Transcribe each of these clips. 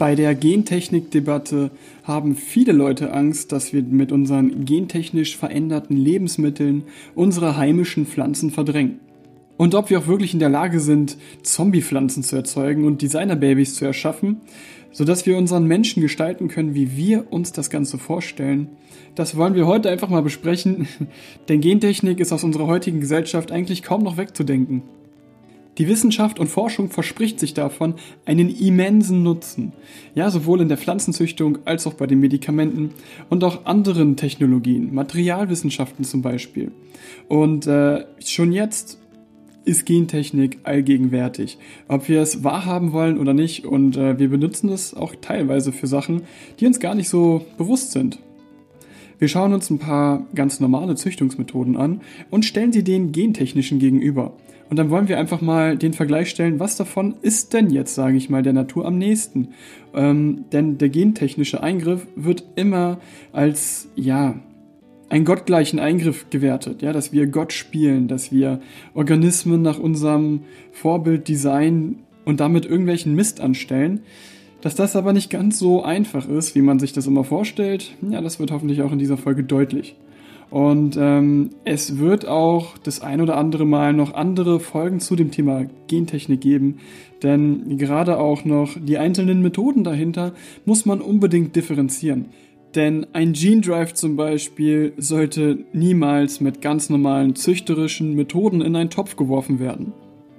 Bei der Gentechnik-Debatte haben viele Leute Angst, dass wir mit unseren gentechnisch veränderten Lebensmitteln unsere heimischen Pflanzen verdrängen. Und ob wir auch wirklich in der Lage sind, Zombie-Pflanzen zu erzeugen und Designer-Babys zu erschaffen, sodass wir unseren Menschen gestalten können, wie wir uns das Ganze vorstellen, das wollen wir heute einfach mal besprechen, denn Gentechnik ist aus unserer heutigen Gesellschaft eigentlich kaum noch wegzudenken. Die Wissenschaft und Forschung verspricht sich davon einen immensen Nutzen. Ja, sowohl in der Pflanzenzüchtung als auch bei den Medikamenten und auch anderen Technologien, Materialwissenschaften zum Beispiel. Und schon jetzt ist Gentechnik allgegenwärtig, ob wir es wahrhaben wollen oder nicht. Und wir benutzen es auch teilweise für Sachen, die uns gar nicht so bewusst sind. Wir schauen uns ein paar ganz normale Züchtungsmethoden an und stellen sie den gentechnischen gegenüber. Und dann wollen wir einfach mal den Vergleich stellen, was davon ist denn jetzt, sage ich mal, der Natur am nächsten. Denn der gentechnische Eingriff wird immer als, einen gottgleichen Eingriff gewertet, dass wir Gott spielen, dass wir Organismen nach unserem Vorbild designen und damit irgendwelchen Mist anstellen. Dass das aber nicht ganz so einfach ist, wie man sich das immer vorstellt, das wird hoffentlich auch in dieser Folge deutlich. Und es wird auch das ein oder andere Mal noch andere Folgen zu dem Thema Gentechnik geben, denn gerade auch noch die einzelnen Methoden dahinter muss man unbedingt differenzieren. Denn ein Gene Drive zum Beispiel sollte niemals mit ganz normalen züchterischen Methoden in einen Topf geworfen werden.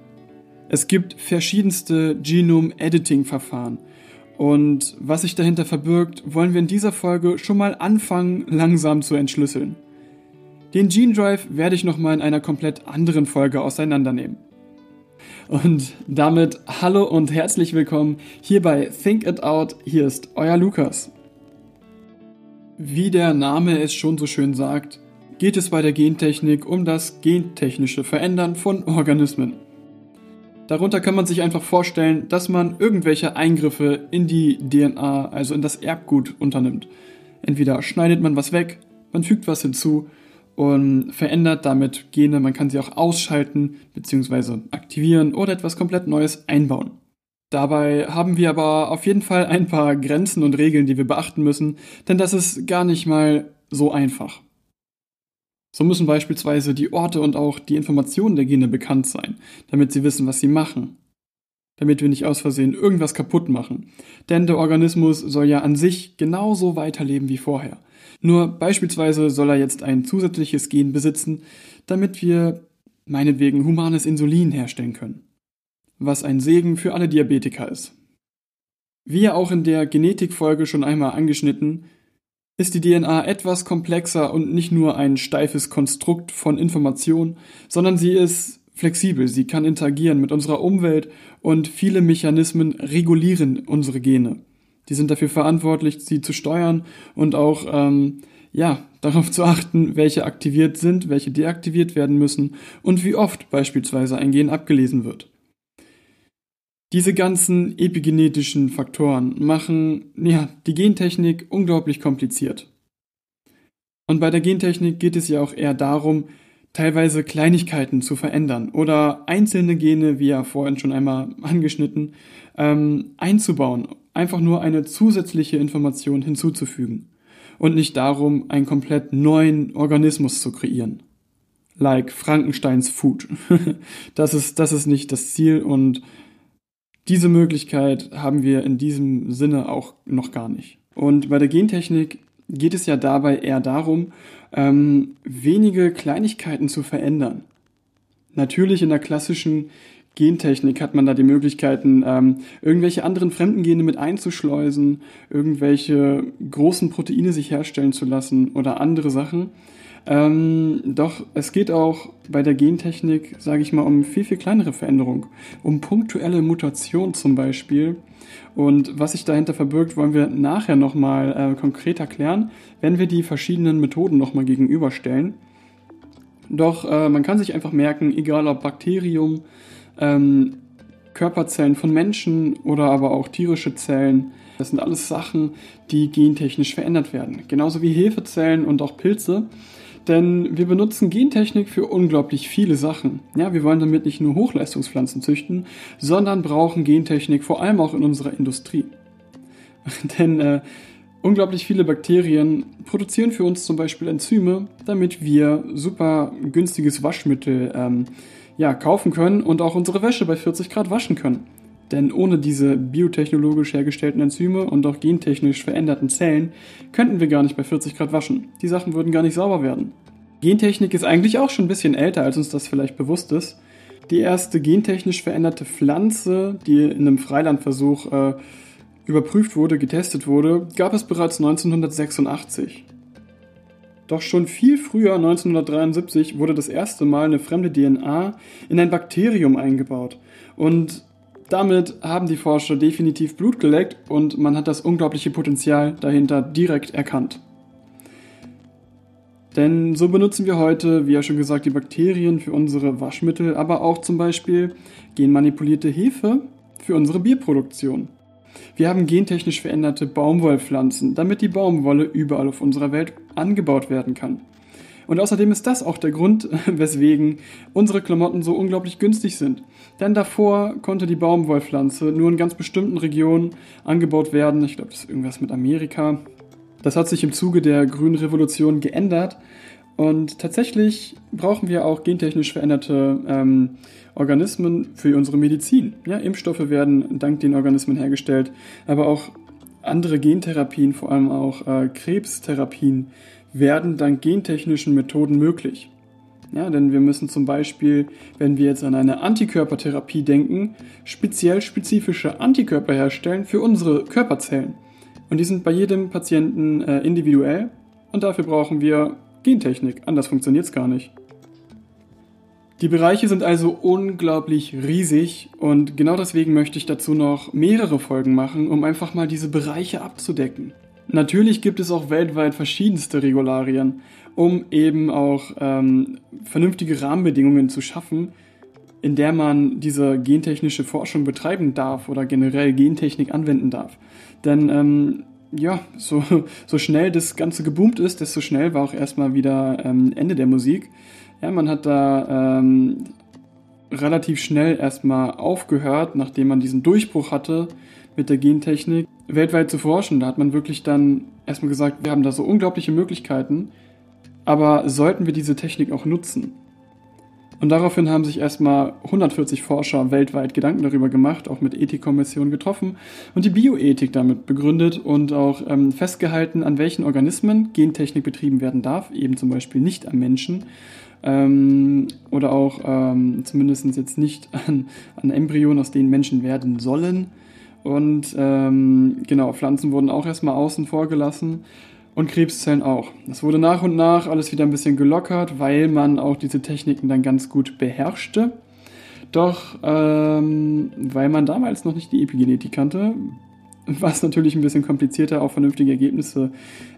Es gibt verschiedenste Genome-Editing-Verfahren. Und was sich dahinter verbirgt, wollen wir in dieser Folge schon mal anfangen, langsam zu entschlüsseln. Den Gene Drive werde ich nochmal in einer komplett anderen Folge auseinandernehmen. Und damit hallo und herzlich willkommen hier bei Think It Out. Hier ist euer Lukas. Wie der Name es schon so schön sagt, geht es bei der Gentechnik um das gentechnische Verändern von Organismen. Darunter kann man sich einfach vorstellen, dass man irgendwelche Eingriffe in die DNA, also in das Erbgut, unternimmt. Entweder schneidet man was weg, man fügt was hinzu und verändert damit Gene, man kann sie auch ausschalten bzw. aktivieren oder etwas komplett Neues einbauen. Dabei haben wir aber auf jeden Fall ein paar Grenzen und Regeln, die wir beachten müssen, denn das ist gar nicht mal so einfach. So müssen beispielsweise die Orte und auch die Informationen der Gene bekannt sein, damit sie wissen, was sie machen. Damit wir nicht aus Versehen irgendwas kaputt machen. Denn der Organismus soll ja an sich genauso weiterleben wie vorher. Nur beispielsweise soll er jetzt ein zusätzliches Gen besitzen, damit wir meinetwegen humanes Insulin herstellen können. Was ein Segen für alle Diabetiker ist. Wie ja auch in der Genetikfolge schon einmal angeschnitten, ist die DNA etwas komplexer und nicht nur ein steifes Konstrukt von Information, sondern sie ist flexibel, sie kann interagieren mit unserer Umwelt und viele Mechanismen regulieren unsere Gene. Die sind dafür verantwortlich, sie zu steuern und auch darauf zu achten, welche aktiviert sind, welche deaktiviert werden müssen und wie oft beispielsweise ein Gen abgelesen wird. Diese ganzen epigenetischen Faktoren machen die Gentechnik unglaublich kompliziert. Und bei der Gentechnik geht es ja auch eher darum, teilweise Kleinigkeiten zu verändern oder einzelne Gene, wie ja vorhin schon einmal angeschnitten, einzubauen, einfach nur eine zusätzliche Information hinzuzufügen und nicht darum, einen komplett neuen Organismus zu kreieren. Like Frankensteins Food. Das ist nicht das Ziel und diese Möglichkeit haben wir in diesem Sinne auch noch gar nicht. Und bei der Gentechnik geht es ja dabei eher darum, wenige Kleinigkeiten zu verändern. Natürlich in der klassischen Gentechnik hat man da die Möglichkeiten, irgendwelche anderen fremden Gene mit einzuschleusen, irgendwelche großen Proteine sich herstellen zu lassen oder andere Sachen. Doch es geht auch bei der Gentechnik, sage ich mal, um viel, viel kleinere Veränderungen, um punktuelle Mutation zum Beispiel. Und was sich dahinter verbirgt, wollen wir nachher nochmal konkreter klären, wenn wir die verschiedenen Methoden nochmal gegenüberstellen. Doch man kann sich einfach merken, egal ob Bakterium, Körperzellen von Menschen oder aber auch tierische Zellen, das sind alles Sachen, die gentechnisch verändert werden. Genauso wie Hefezellen und auch Pilze. Denn wir benutzen Gentechnik für unglaublich viele Sachen. Ja, wir wollen damit nicht nur Hochleistungspflanzen züchten, sondern brauchen Gentechnik vor allem auch in unserer Industrie. Denn unglaublich viele Bakterien produzieren für uns zum Beispiel Enzyme, damit wir super günstiges Waschmittel kaufen können und auch unsere Wäsche bei 40 Grad waschen können. Denn ohne diese biotechnologisch hergestellten Enzyme und auch gentechnisch veränderten Zellen könnten wir gar nicht bei 40 Grad waschen. Die Sachen würden gar nicht sauber werden. Gentechnik ist eigentlich auch schon ein bisschen älter, als uns das vielleicht bewusst ist. Die erste gentechnisch veränderte Pflanze, die in einem Freilandversuch überprüft wurde, getestet wurde, gab es bereits 1986. Doch schon viel früher, 1973, wurde das erste Mal eine fremde DNA in ein Bakterium eingebaut. Und damit haben die Forscher definitiv Blut geleckt und man hat das unglaubliche Potenzial dahinter direkt erkannt. Denn so benutzen wir heute, wie ja schon gesagt, die Bakterien für unsere Waschmittel, aber auch zum Beispiel genmanipulierte Hefe für unsere Bierproduktion. Wir haben gentechnisch veränderte Baumwollpflanzen, damit die Baumwolle überall auf unserer Welt angebaut werden kann. Und außerdem ist das auch der Grund, weswegen unsere Klamotten so unglaublich günstig sind. Denn davor konnte die Baumwollpflanze nur in ganz bestimmten Regionen angebaut werden. Ich glaube, das ist irgendwas mit Amerika. Das hat sich im Zuge der Grünen Revolution geändert. Und tatsächlich brauchen wir auch gentechnisch veränderte Organismen für unsere Medizin. Ja, Impfstoffe werden dank den Organismen hergestellt, aber auch andere Gentherapien, vor allem auch Krebstherapien, werden dank gentechnischen Methoden möglich. Ja, denn wir müssen zum Beispiel, wenn wir jetzt an eine Antikörpertherapie denken, speziell spezifische Antikörper herstellen für unsere Körperzellen. Und die sind bei jedem Patienten individuell und dafür brauchen wir Gentechnik. Anders funktioniert es gar nicht. Die Bereiche sind also unglaublich riesig und genau deswegen möchte ich dazu noch mehrere Folgen machen, um einfach mal diese Bereiche abzudecken. Natürlich gibt es auch weltweit verschiedenste Regularien, um eben auch vernünftige Rahmenbedingungen zu schaffen, in der man diese gentechnische Forschung betreiben darf oder generell Gentechnik anwenden darf. Denn so schnell das Ganze geboomt ist, desto schnell war auch erstmal wieder Ende der Musik. Ja, man hat da relativ schnell erstmal aufgehört, nachdem man diesen Durchbruch hatte mit der Gentechnik, weltweit zu forschen. Da hat man wirklich dann erstmal gesagt, wir haben da so unglaubliche Möglichkeiten, aber sollten wir diese Technik auch nutzen? Und daraufhin haben sich erstmal 140 Forscher weltweit Gedanken darüber gemacht, auch mit Ethikkommissionen getroffen und die Bioethik damit begründet und auch festgehalten, an welchen Organismen Gentechnik betrieben werden darf, eben zum Beispiel nicht am Menschen oder auch zumindest jetzt nicht an Embryonen, aus denen Menschen werden sollen. Und Pflanzen wurden auch erstmal außen vor gelassen. Und Krebszellen auch. Das wurde nach und nach alles wieder ein bisschen gelockert, weil man auch diese Techniken dann ganz gut beherrschte. Doch weil man damals noch nicht die Epigenetik kannte, war es natürlich ein bisschen komplizierter, auch vernünftige Ergebnisse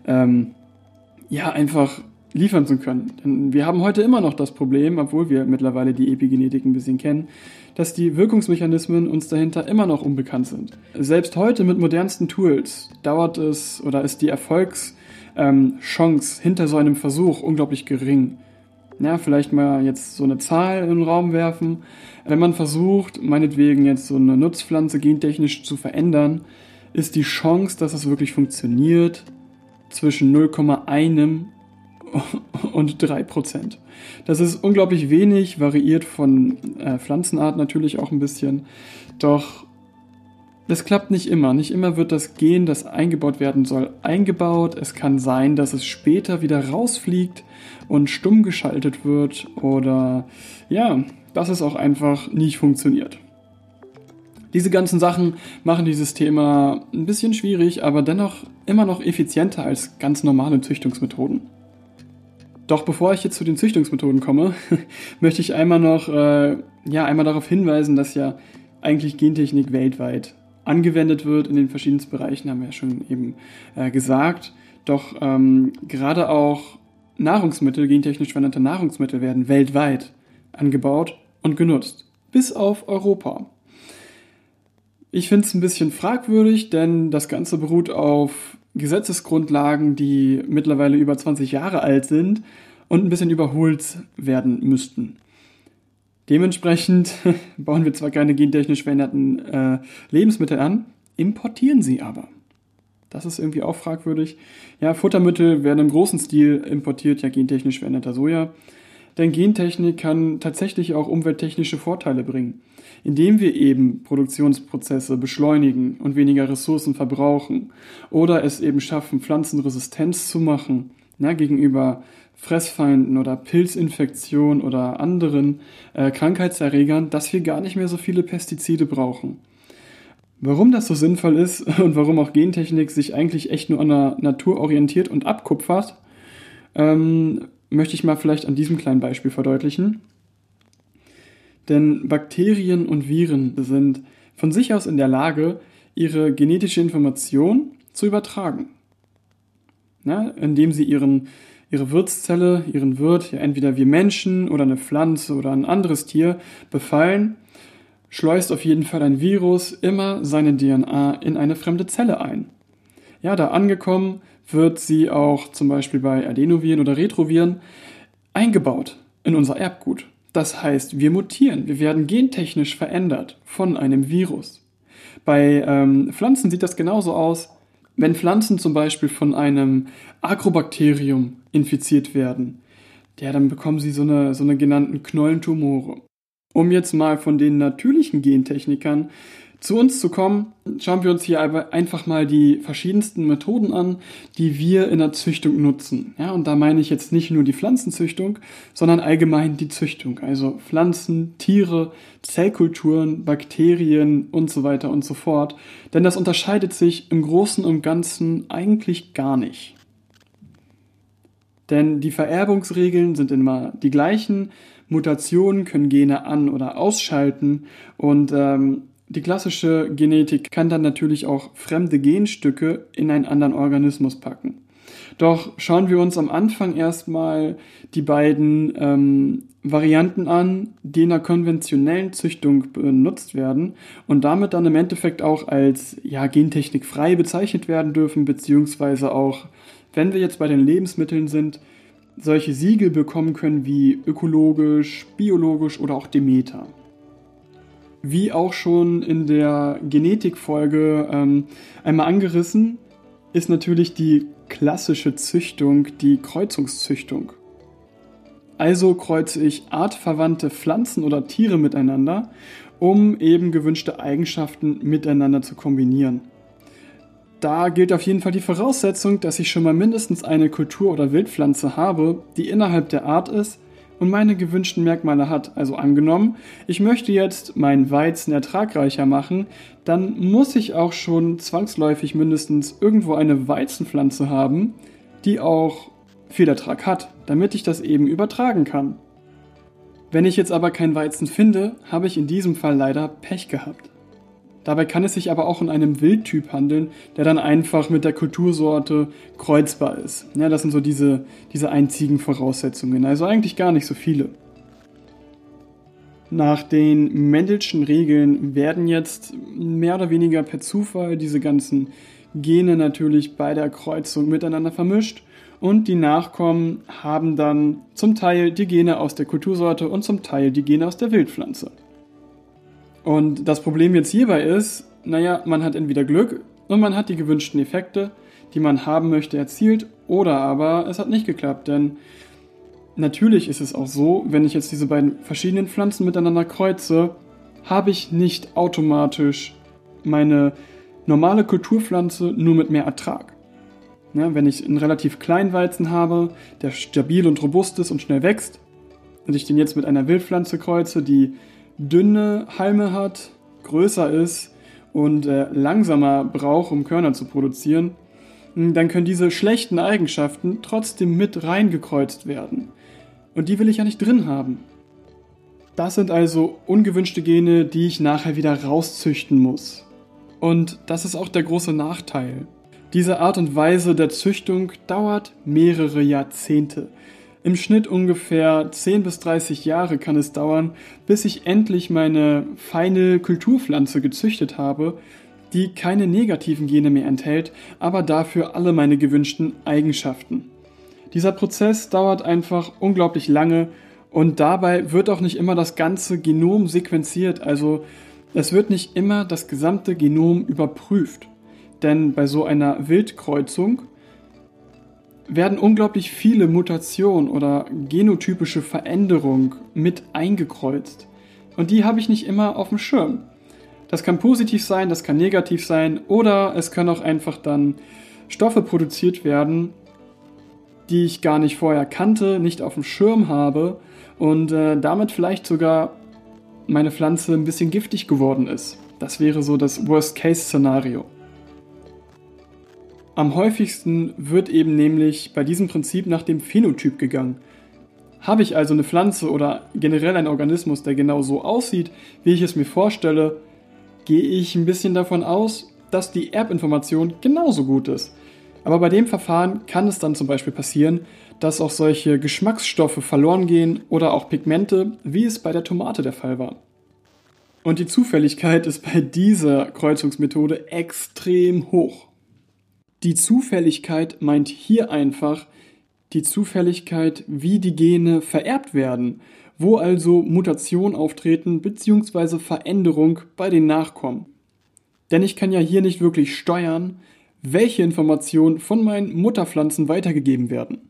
einfach liefern zu können. Denn wir haben heute immer noch das Problem, obwohl wir mittlerweile die Epigenetik ein bisschen kennen, dass die Wirkungsmechanismen uns dahinter immer noch unbekannt sind. Selbst heute mit modernsten Tools dauert es oder ist die Chance hinter so einem Versuch unglaublich gering. Ja, vielleicht mal jetzt so eine Zahl in den Raum werfen. Wenn man versucht, meinetwegen jetzt so eine Nutzpflanze gentechnisch zu verändern, ist die Chance, dass es wirklich funktioniert, zwischen 0,1 und 3%. Das ist unglaublich wenig, variiert von Pflanzenart natürlich auch ein bisschen, doch das klappt nicht immer. Nicht immer wird das Gen, das eingebaut werden soll, eingebaut. Es kann sein, dass es später wieder rausfliegt und stumm geschaltet wird oder dass es auch einfach nicht funktioniert. Diese ganzen Sachen machen dieses Thema ein bisschen schwierig, aber dennoch immer noch effizienter als ganz normale Züchtungsmethoden. Doch bevor ich jetzt zu den Züchtungsmethoden komme, möchte ich einmal noch darauf hinweisen, dass ja eigentlich Gentechnik weltweit angewendet wird in den verschiedensten Bereichen, haben wir ja schon eben gesagt. Doch gerade auch Nahrungsmittel, gentechnisch veränderte Nahrungsmittel werden weltweit angebaut und genutzt. Bis auf Europa. Ich finde es ein bisschen fragwürdig, denn das Ganze beruht auf Gesetzesgrundlagen, die mittlerweile über 20 Jahre alt sind und ein bisschen überholt werden müssten. Dementsprechend bauen wir zwar keine gentechnisch veränderten Lebensmittel an, importieren sie aber. Das ist irgendwie auch fragwürdig. Ja, Futtermittel werden im großen Stil importiert, ja gentechnisch veränderter Soja. Denn Gentechnik kann tatsächlich auch umwelttechnische Vorteile bringen, indem wir eben Produktionsprozesse beschleunigen und weniger Ressourcen verbrauchen oder es eben schaffen, Pflanzen Resistenz zu machen, ja, gegenüber Fressfeinden oder Pilzinfektionen oder anderen Krankheitserregern, dass wir gar nicht mehr so viele Pestizide brauchen. Warum das so sinnvoll ist und warum auch Gentechnik sich eigentlich echt nur an der Natur orientiert und abkupfert, möchte ich mal vielleicht an diesem kleinen Beispiel verdeutlichen. Denn Bakterien und Viren sind von sich aus in der Lage, ihre genetische Information zu übertragen. Ja, indem sie ihre Wirtszelle, ihren Wirt, ja entweder wir Menschen oder eine Pflanze oder ein anderes Tier befallen, schleust auf jeden Fall ein Virus immer seine DNA in eine fremde Zelle ein. Ja, da angekommen wird sie auch zum Beispiel bei Adenoviren oder Retroviren eingebaut in unser Erbgut. Das heißt, wir mutieren, wir werden gentechnisch verändert von einem Virus. Bei Pflanzen sieht das genauso aus. Wenn Pflanzen zum Beispiel von einem Agrobakterium infiziert werden, ja, dann bekommen sie so eine genannten Knollentumore. Um jetzt mal von den natürlichen Gentechnikern zu uns zu kommen, schauen wir uns hier einfach mal die verschiedensten Methoden an, die wir in der Züchtung nutzen. Ja, und da meine ich jetzt nicht nur die Pflanzenzüchtung, sondern allgemein die Züchtung. Also Pflanzen, Tiere, Zellkulturen, Bakterien und so weiter und so fort. Denn das unterscheidet sich im Großen und Ganzen eigentlich gar nicht. Denn die Vererbungsregeln sind immer die gleichen. Mutationen können Gene an- oder ausschalten und die klassische Genetik kann dann natürlich auch fremde Genstücke in einen anderen Organismus packen. Doch schauen wir uns am Anfang erstmal die beiden Varianten an, die in der konventionellen Züchtung benutzt werden und damit dann im Endeffekt auch als gentechnikfrei bezeichnet werden dürfen, beziehungsweise auch, wenn wir jetzt bei den Lebensmitteln sind, solche Siegel bekommen können wie ökologisch, biologisch oder auch Demeter. Wie auch schon in der Genetikfolge einmal angerissen, ist natürlich die klassische Züchtung die Kreuzungszüchtung. Also kreuze ich artverwandte Pflanzen oder Tiere miteinander, um eben gewünschte Eigenschaften miteinander zu kombinieren. Da gilt auf jeden Fall die Voraussetzung, dass ich schon mal mindestens eine Kultur- oder Wildpflanze habe, die innerhalb der Art ist und meine gewünschten Merkmale hat. Also angenommen, ich möchte jetzt meinen Weizen ertragreicher machen, dann muss ich auch schon zwangsläufig mindestens irgendwo eine Weizenpflanze haben, die auch viel Ertrag hat, damit ich das eben übertragen kann. Wenn ich jetzt aber keinen Weizen finde, habe ich in diesem Fall leider Pech gehabt. Dabei kann es sich aber auch um einen Wildtyp handeln, der dann einfach mit der Kultursorte kreuzbar ist. Ja, das sind so diese einzigen Voraussetzungen, also eigentlich gar nicht so viele. Nach den Mendelschen Regeln werden jetzt mehr oder weniger per Zufall diese ganzen Gene natürlich bei der Kreuzung miteinander vermischt und die Nachkommen haben dann zum Teil die Gene aus der Kultursorte und zum Teil die Gene aus der Wildpflanze. Und das Problem jetzt hierbei ist, man hat entweder Glück und man hat die gewünschten Effekte, die man haben möchte, erzielt, oder aber es hat nicht geklappt, denn natürlich ist es auch so, wenn ich jetzt diese beiden verschiedenen Pflanzen miteinander kreuze, habe ich nicht automatisch meine normale Kulturpflanze nur mit mehr Ertrag. Ja, wenn ich einen relativ kleinen Weizen habe, der stabil und robust ist und schnell wächst, und ich den jetzt mit einer Wildpflanze kreuze, die dünne Halme hat, größer ist und langsamer braucht, um Körner zu produzieren, dann können diese schlechten Eigenschaften trotzdem mit reingekreuzt werden. Und die will ich ja nicht drin haben. Das sind also ungewünschte Gene, die ich nachher wieder rauszüchten muss. Und das ist auch der große Nachteil. Diese Art und Weise der Züchtung dauert mehrere Jahrzehnte. Im Schnitt ungefähr 10 bis 30 Jahre kann es dauern, bis ich endlich meine feine Kulturpflanze gezüchtet habe, die keine negativen Gene mehr enthält, aber dafür alle meine gewünschten Eigenschaften. Dieser Prozess dauert einfach unglaublich lange und dabei wird auch nicht immer das ganze Genom sequenziert, also es wird nicht immer das gesamte Genom überprüft. denn bei so einer Wildkreuzung werden unglaublich viele Mutationen oder genotypische Veränderungen mit eingekreuzt. Und die habe ich nicht immer auf dem Schirm. Das kann positiv sein, das kann negativ sein oder es können auch einfach dann Stoffe produziert werden, die ich gar nicht vorher kannte, nicht auf dem Schirm habe und damit vielleicht sogar meine Pflanze ein bisschen giftig geworden ist. Das wäre so das Worst-Case-Szenario. Am häufigsten wird eben nämlich bei diesem Prinzip nach dem Phänotyp gegangen. Habe ich also eine Pflanze oder generell einen Organismus, der genau so aussieht, wie ich es mir vorstelle, gehe ich ein bisschen davon aus, dass die Erbinformation genauso gut ist. Aber bei dem Verfahren kann es dann zum Beispiel passieren, dass auch solche Geschmacksstoffe verloren gehen oder auch Pigmente, wie es bei der Tomate der Fall war. Und die Zufälligkeit ist bei dieser Kreuzungsmethode extrem hoch. Die Zufälligkeit meint hier einfach die Zufälligkeit, wie die Gene vererbt werden, wo also Mutationen auftreten bzw. Veränderung bei den Nachkommen. Denn ich kann ja hier nicht wirklich steuern, welche Informationen von meinen Mutterpflanzen weitergegeben werden.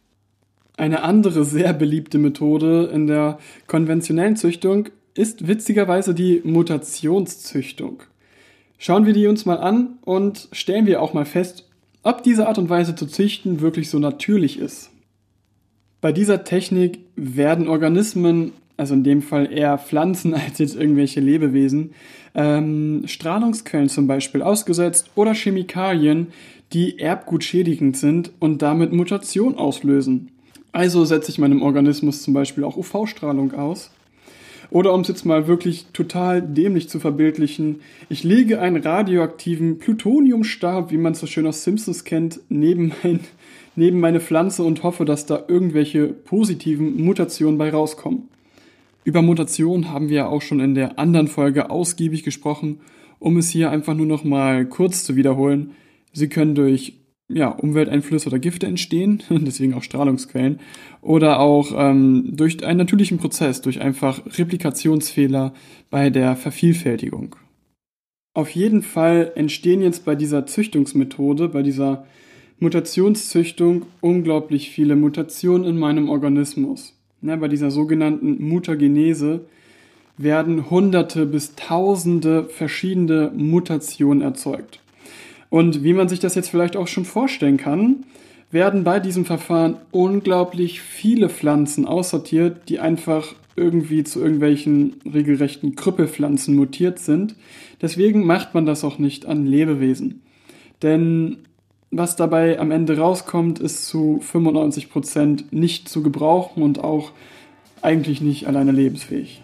Eine andere sehr beliebte Methode in der konventionellen Züchtung ist witzigerweise die Mutationszüchtung. Schauen wir die uns mal an und stellen wir auch mal fest, ob diese Art und Weise zu züchten wirklich so natürlich ist. Bei dieser Technik werden Organismen, also in dem Fall eher Pflanzen als jetzt irgendwelche Lebewesen, Strahlungsquellen zum Beispiel ausgesetzt oder Chemikalien, die erbgutschädigend sind und damit Mutation auslösen. Also setze ich meinem Organismus zum Beispiel auch UV-Strahlung aus. Oder um es jetzt mal wirklich total dämlich zu verbildlichen, ich lege einen radioaktiven Plutoniumstab, wie man es so schön aus Simpsons kennt, neben meine Pflanze und hoffe, dass da irgendwelche positiven Mutationen bei rauskommen. Über Mutationen haben wir ja auch schon in der anderen Folge ausgiebig gesprochen, um es hier einfach nur noch mal kurz zu wiederholen. Sie können durch Umwelteinflüsse oder Gifte entstehen, deswegen auch Strahlungsquellen, oder auch durch einen natürlichen Prozess, durch einfach Replikationsfehler bei der Vervielfältigung. Auf jeden Fall entstehen jetzt bei dieser Züchtungsmethode, bei dieser Mutationszüchtung unglaublich viele Mutationen in meinem Organismus. Bei dieser sogenannten Mutagenese werden Hunderte bis Tausende verschiedene Mutationen erzeugt. Und wie man sich das jetzt vielleicht auch schon vorstellen kann, werden bei diesem Verfahren unglaublich viele Pflanzen aussortiert, die einfach irgendwie zu irgendwelchen regelrechten Krüppelpflanzen mutiert sind. Deswegen macht man das auch nicht an Lebewesen. Denn was dabei am Ende rauskommt, ist zu 95% nicht zu gebrauchen und auch eigentlich nicht alleine lebensfähig.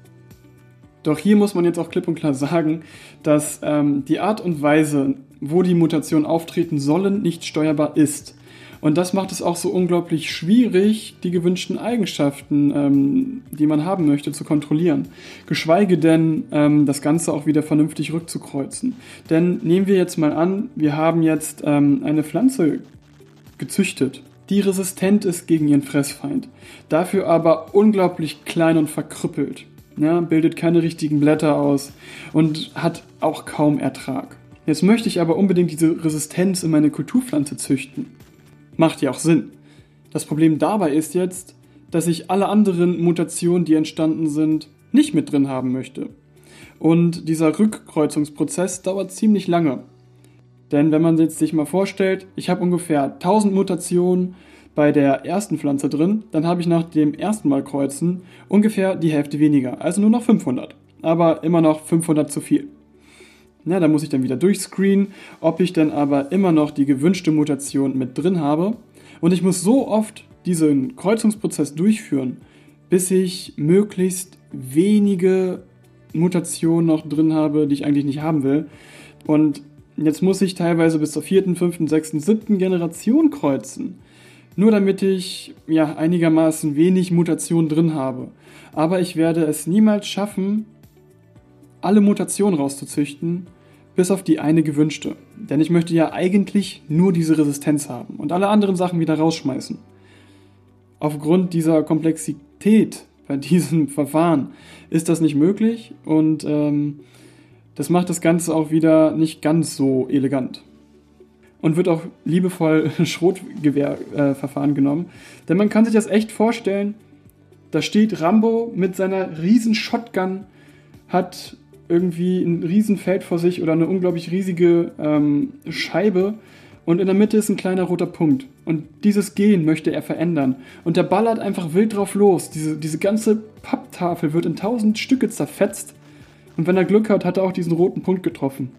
Doch hier muss man jetzt auch klipp und klar sagen, dass die Art und Weise, wo die Mutationen auftreten sollen, nicht steuerbar ist. Und das macht es auch so unglaublich schwierig, die gewünschten Eigenschaften, die man haben möchte, zu kontrollieren. Geschweige denn, das Ganze auch wieder vernünftig rückzukreuzen. Denn nehmen wir jetzt mal an, wir haben jetzt eine Pflanze gezüchtet, die resistent ist gegen ihren Fressfeind, dafür aber unglaublich klein und verkrüppelt. Ja, bildet keine richtigen Blätter aus und hat auch kaum Ertrag. Jetzt möchte ich aber unbedingt diese Resistenz in meine Kulturpflanze züchten. Macht ja auch Sinn. Das Problem dabei ist jetzt, dass ich alle anderen Mutationen, die entstanden sind, nicht mit drin haben möchte. Und dieser Rückkreuzungsprozess dauert ziemlich lange. Denn wenn man jetzt sich mal vorstellt, ich habe ungefähr 1000 Mutationen bei der ersten Pflanze drin, dann habe ich nach dem ersten Mal kreuzen ungefähr die Hälfte weniger, also nur noch 500. Aber immer noch 500 zu viel. Da muss ich dann wieder durchscreenen, ob ich dann aber immer noch die gewünschte Mutation mit drin habe. Und ich muss so oft diesen Kreuzungsprozess durchführen, bis ich möglichst wenige Mutationen noch drin habe, die ich eigentlich nicht haben will. Und jetzt muss ich teilweise bis zur 4., 5., 6., 7. Generation kreuzen. Nur damit ich einigermaßen wenig Mutationen drin habe. Aber ich werde es niemals schaffen, alle Mutationen rauszuzüchten, bis auf die eine gewünschte. Denn ich möchte ja eigentlich nur diese Resistenz haben und alle anderen Sachen wieder rausschmeißen. Aufgrund dieser Komplexität bei diesem Verfahren ist das nicht möglich und Das macht das Ganze auch wieder nicht ganz so elegant. Und wird auch liebevoll Schrotgewehrverfahren genommen. Denn man kann sich das echt vorstellen, da steht Rambo mit seiner riesen Shotgun, hat irgendwie ein Riesenfeld vor sich oder eine unglaublich riesige Scheibe und in der Mitte ist ein kleiner roter Punkt. Und dieses Gen möchte er verändern. Und der ballert einfach wild drauf los. Diese ganze Papptafel wird in 1000 Stücke zerfetzt. Und wenn er Glück hat, hat er auch diesen roten Punkt getroffen.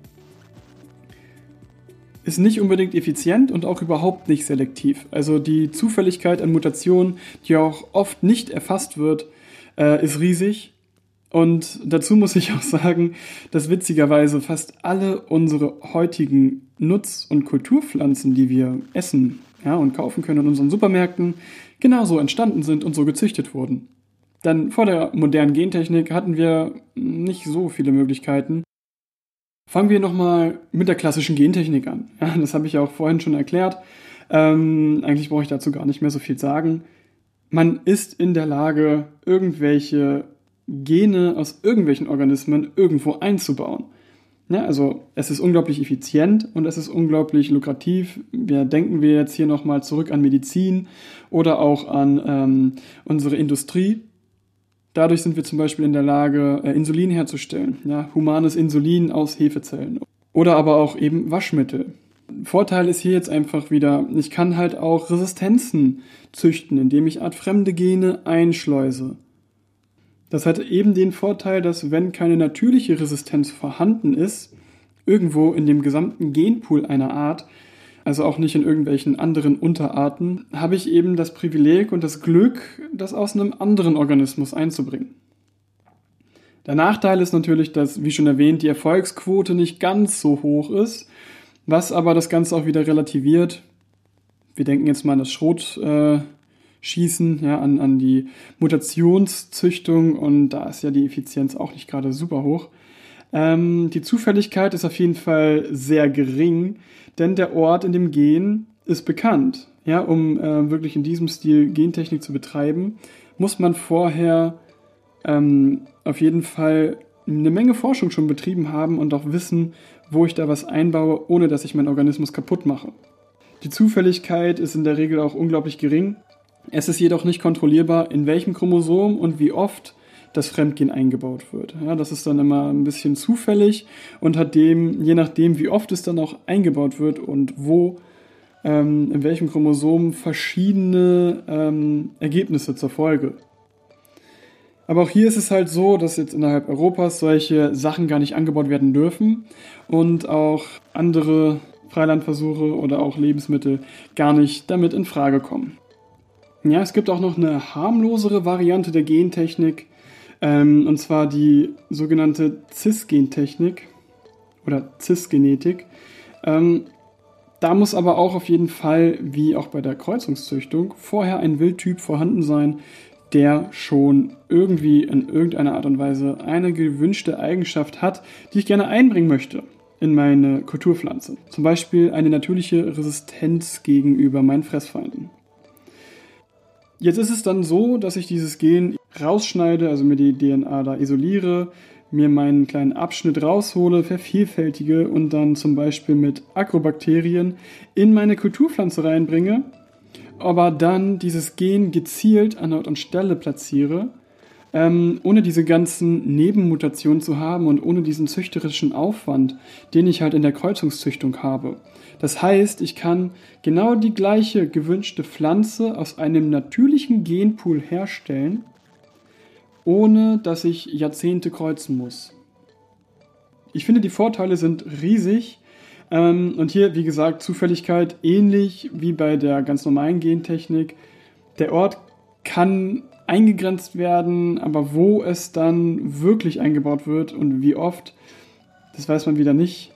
Ist nicht unbedingt effizient und auch überhaupt nicht selektiv. Also die Zufälligkeit an Mutationen, die auch oft nicht erfasst wird, ist riesig. Und dazu muss ich auch sagen, dass witzigerweise fast alle unsere heutigen Nutz- und Kulturpflanzen, die wir essen, ja, und kaufen können in unseren Supermärkten, genauso entstanden sind und so gezüchtet wurden. Denn vor der modernen Gentechnik hatten wir nicht so viele Möglichkeiten. Fangen wir nochmal mit der klassischen Gentechnik an. Ja, das habe ich ja auch vorhin schon erklärt. Eigentlich brauche ich dazu gar nicht mehr so viel sagen. Man ist in der Lage, irgendwelche Gene aus irgendwelchen Organismen irgendwo einzubauen. Ja, also es ist unglaublich effizient und es ist unglaublich lukrativ. Denken wir jetzt hier nochmal zurück an Medizin oder auch an unsere Industrie. Dadurch sind wir zum Beispiel in der Lage, Insulin herzustellen, ja, humanes Insulin aus Hefezellen. Oder aber auch eben Waschmittel. Vorteil ist hier jetzt einfach wieder, ich kann halt auch Resistenzen züchten, indem ich artfremde Gene einschleuse. Das hat eben den Vorteil, dass wenn keine natürliche Resistenz vorhanden ist, irgendwo in dem gesamten Genpool einer Art, also auch nicht in irgendwelchen anderen Unterarten, habe ich eben das Privileg und das Glück, das aus einem anderen Organismus einzubringen. Der Nachteil ist natürlich, dass, wie schon erwähnt, die Erfolgsquote nicht ganz so hoch ist, was aber das Ganze auch wieder relativiert. Wir denken jetzt mal an das Schrotschießen, ja, an die Mutationszüchtung und da ist ja die Effizienz auch nicht gerade super hoch. Die Zufälligkeit ist auf jeden Fall sehr gering, denn der Ort in dem Gen ist bekannt. Ja, um wirklich in diesem Stil Gentechnik zu betreiben, muss man vorher auf jeden Fall eine Menge Forschung schon betrieben haben und auch wissen, wo ich da was einbaue, ohne dass ich meinen Organismus kaputt mache. Die Zufälligkeit ist in der Regel auch unglaublich gering. Es ist jedoch nicht kontrollierbar, in welchem Chromosom und wie oft das Fremdgen eingebaut wird. Ja, das ist dann immer ein bisschen zufällig und hat je nachdem, wie oft es dann auch eingebaut wird und wo, in welchem Chromosom verschiedene Ergebnisse zur Folge. Aber auch hier ist es halt so, dass jetzt innerhalb Europas solche Sachen gar nicht angebaut werden dürfen und auch andere Freilandversuche oder auch Lebensmittel gar nicht damit in Frage kommen. Ja, es gibt auch noch eine harmlosere Variante der Gentechnik, und zwar die sogenannte Cis-Gentechnik oder Cis-Genetik. Da muss aber auch auf jeden Fall, wie auch bei der Kreuzungszüchtung, vorher ein Wildtyp vorhanden sein, der schon irgendwie in irgendeiner Art und Weise eine gewünschte Eigenschaft hat, die ich gerne einbringen möchte in meine Kulturpflanze. Zum Beispiel eine natürliche Resistenz gegenüber meinen Fressfeinden. Jetzt ist es dann so, dass ich dieses Gen rausschneide, also mir die DNA da isoliere, mir meinen kleinen Abschnitt raushole, vervielfältige und dann zum Beispiel mit Agrobakterien in meine Kulturpflanze reinbringe, aber dann dieses Gen gezielt an Ort und Stelle platziere, ohne diese ganzen Nebenmutationen zu haben und ohne diesen züchterischen Aufwand, den ich halt in der Kreuzungszüchtung habe. Das heißt, ich kann genau die gleiche gewünschte Pflanze aus einem natürlichen Genpool herstellen, ohne dass ich Jahrzehnte kreuzen muss. Ich finde, die Vorteile sind riesig. Und hier, wie gesagt, Zufälligkeit, ähnlich wie bei der ganz normalen Gentechnik. Der Ort kann eingegrenzt werden, aber wo es dann wirklich eingebaut wird und wie oft, das weiß man wieder nicht.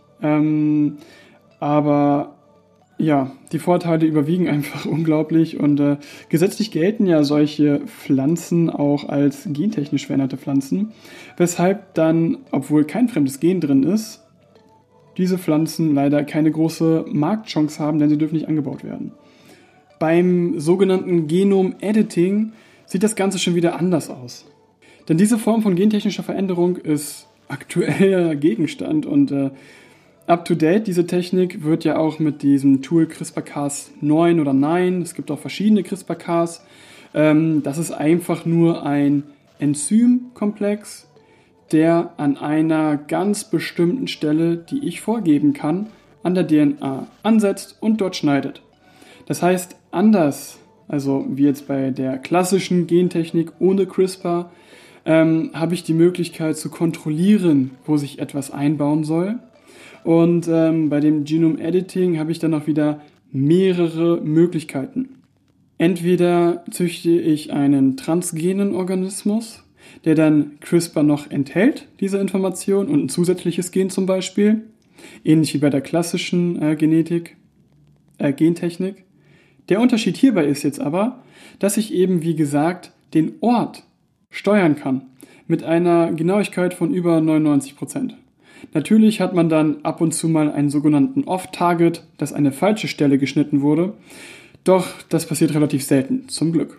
Aber ja, die Vorteile überwiegen einfach unglaublich und gesetzlich gelten ja solche Pflanzen auch als gentechnisch veränderte Pflanzen, weshalb dann, obwohl kein fremdes Gen drin ist, diese Pflanzen leider keine große Marktchance haben, denn sie dürfen nicht angebaut werden. Beim sogenannten Genom-Editing sieht das Ganze schon wieder anders aus. Denn diese Form von gentechnischer Veränderung ist aktueller Gegenstand und up-to-date, diese Technik wird ja auch mit diesem Tool CRISPR-Cas9 oder 9, es gibt auch verschiedene CRISPR-Cas, das ist einfach nur ein Enzymkomplex, der an einer ganz bestimmten Stelle, die ich vorgeben kann, an der DNA ansetzt und dort schneidet. Das heißt, anders, also wie jetzt bei der klassischen Gentechnik ohne CRISPR, habe ich die Möglichkeit zu kontrollieren, wo sich etwas einbauen soll. Und bei dem Genome Editing habe ich dann auch wieder mehrere Möglichkeiten. Entweder züchte ich einen transgenen Organismus, der dann CRISPR noch enthält, diese Information, und ein zusätzliches Gen zum Beispiel, ähnlich wie bei der klassischen Gentechnik. Der Unterschied hierbei ist jetzt aber, dass ich eben, wie gesagt, den Ort steuern kann, mit einer Genauigkeit von über 99%. Natürlich hat man dann ab und zu mal einen sogenannten Off-Target, dass eine falsche Stelle geschnitten wurde, doch das passiert relativ selten, zum Glück.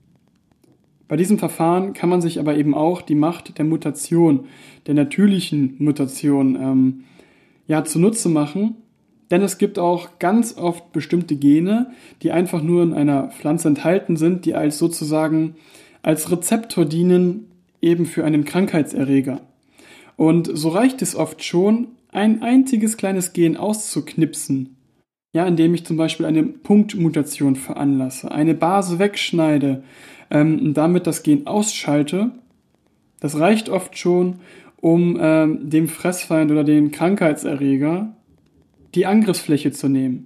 Bei diesem Verfahren kann man sich aber eben auch die Macht der Mutation, der natürlichen Mutation, zunutze machen, denn es gibt auch ganz oft bestimmte Gene, die einfach nur in einer Pflanze enthalten sind, die als Rezeptor dienen, eben für einen Krankheitserreger. Und so reicht es oft schon, ein einziges kleines Gen auszuknipsen, indem ich zum Beispiel eine Punktmutation veranlasse, eine Base wegschneide und damit das Gen ausschalte. Das reicht oft schon, um dem Fressfeind oder den Krankheitserreger die Angriffsfläche zu nehmen.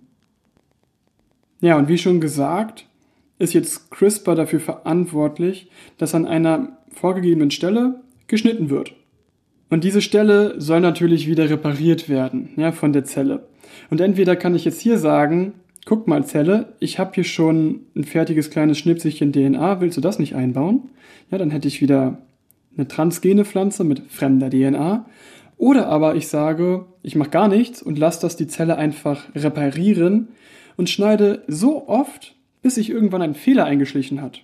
Ja, und wie schon gesagt, ist jetzt CRISPR dafür verantwortlich, dass an einer vorgegebenen Stelle geschnitten wird. Und diese Stelle soll natürlich wieder repariert werden, von der Zelle. Und entweder kann ich jetzt hier sagen, guck mal Zelle, ich habe hier schon ein fertiges kleines Schnipselchen DNA, willst du das nicht einbauen? Ja, dann hätte ich wieder eine transgene Pflanze mit fremder DNA. Oder aber ich sage, ich mache gar nichts und lasse die Zelle einfach reparieren und schneide so oft, bis sich irgendwann ein Fehler eingeschlichen hat.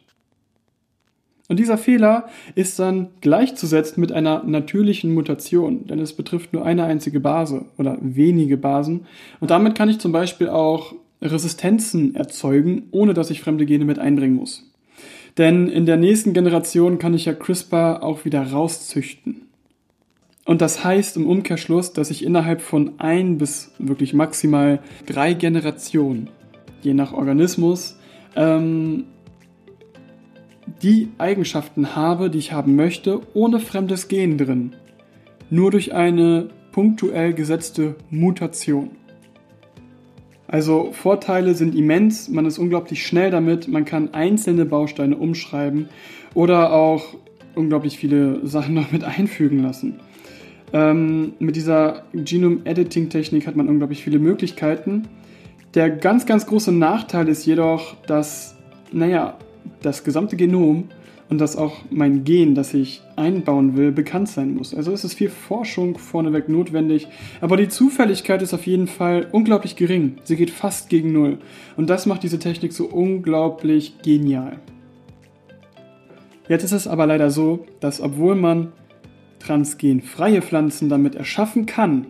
Und dieser Fehler ist dann gleichzusetzen mit einer natürlichen Mutation, denn es betrifft nur eine einzige Base oder wenige Basen. Und damit kann ich zum Beispiel auch Resistenzen erzeugen, ohne dass ich fremde Gene mit einbringen muss. Denn in der nächsten Generation kann ich ja CRISPR auch wieder rauszüchten. Und das heißt im Umkehrschluss, dass ich innerhalb von 1 bis wirklich maximal 3 Generationen, je nach Organismus, die Eigenschaften habe, die ich haben möchte, ohne fremdes Gen drin. Nur durch eine punktuell gesetzte Mutation. Also Vorteile sind immens, man ist unglaublich schnell damit, man kann einzelne Bausteine umschreiben oder auch unglaublich viele Sachen noch mit einfügen lassen. Mit dieser Genome-Editing-Technik hat man unglaublich viele Möglichkeiten. Der ganz, ganz große Nachteil ist jedoch, dass, das gesamte Genom und dass auch mein Gen, das ich einbauen will, bekannt sein muss. Also es ist viel Forschung vorneweg notwendig, aber die Zufälligkeit ist auf jeden Fall unglaublich gering. Sie geht fast gegen Null. Und das macht diese Technik so unglaublich genial. Jetzt ist es aber leider so, dass obwohl man transgenfreie Pflanzen damit erschaffen kann,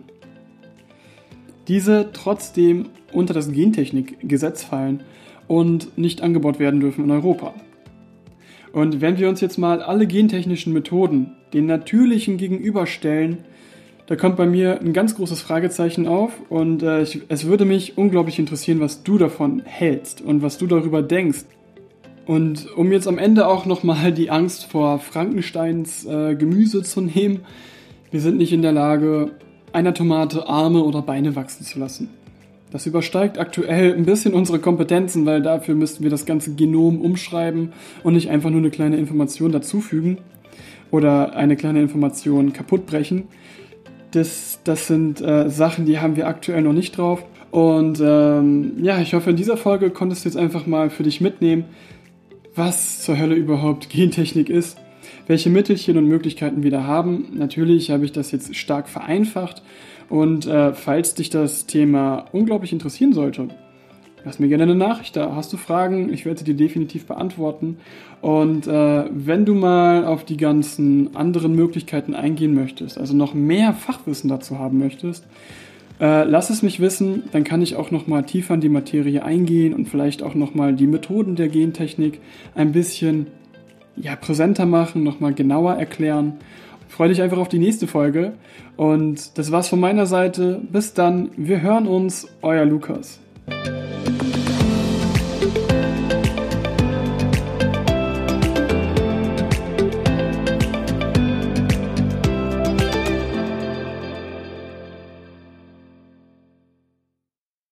diese trotzdem unter das Gentechnikgesetz fallen und nicht angebaut werden dürfen in Europa. Und wenn wir uns jetzt mal alle gentechnischen Methoden den natürlichen gegenüberstellen, da kommt bei mir ein ganz großes Fragezeichen auf und es würde mich unglaublich interessieren, was du davon hältst und was du darüber denkst. Und um jetzt am Ende auch nochmal die Angst vor Frankensteins Gemüse zu nehmen, wir sind nicht in der Lage, einer Tomate Arme oder Beine wachsen zu lassen. Das übersteigt aktuell ein bisschen unsere Kompetenzen, weil dafür müssten wir das ganze Genom umschreiben und nicht einfach nur eine kleine Information dazufügen oder eine kleine Information kaputtbrechen. Das sind Sachen, die haben wir aktuell noch nicht drauf. Und ich hoffe, in dieser Folge konntest du jetzt einfach mal für dich mitnehmen, was zur Hölle überhaupt Gentechnik ist, welche Mittelchen und Möglichkeiten wir da haben. Natürlich habe ich das jetzt stark vereinfacht und falls dich das Thema unglaublich interessieren sollte, lass mir gerne eine Nachricht da. Hast du Fragen? Ich werde sie dir definitiv beantworten. Und wenn du mal auf die ganzen anderen Möglichkeiten eingehen möchtest, also noch mehr Fachwissen dazu haben möchtest, lass es mich wissen, dann kann ich auch nochmal tiefer in die Materie eingehen und vielleicht auch nochmal die Methoden der Gentechnik ein bisschen präsenter machen, nochmal genauer erklären. Freue dich einfach auf die nächste Folge und das war's von meiner Seite. Bis dann, wir hören uns, euer Lukas.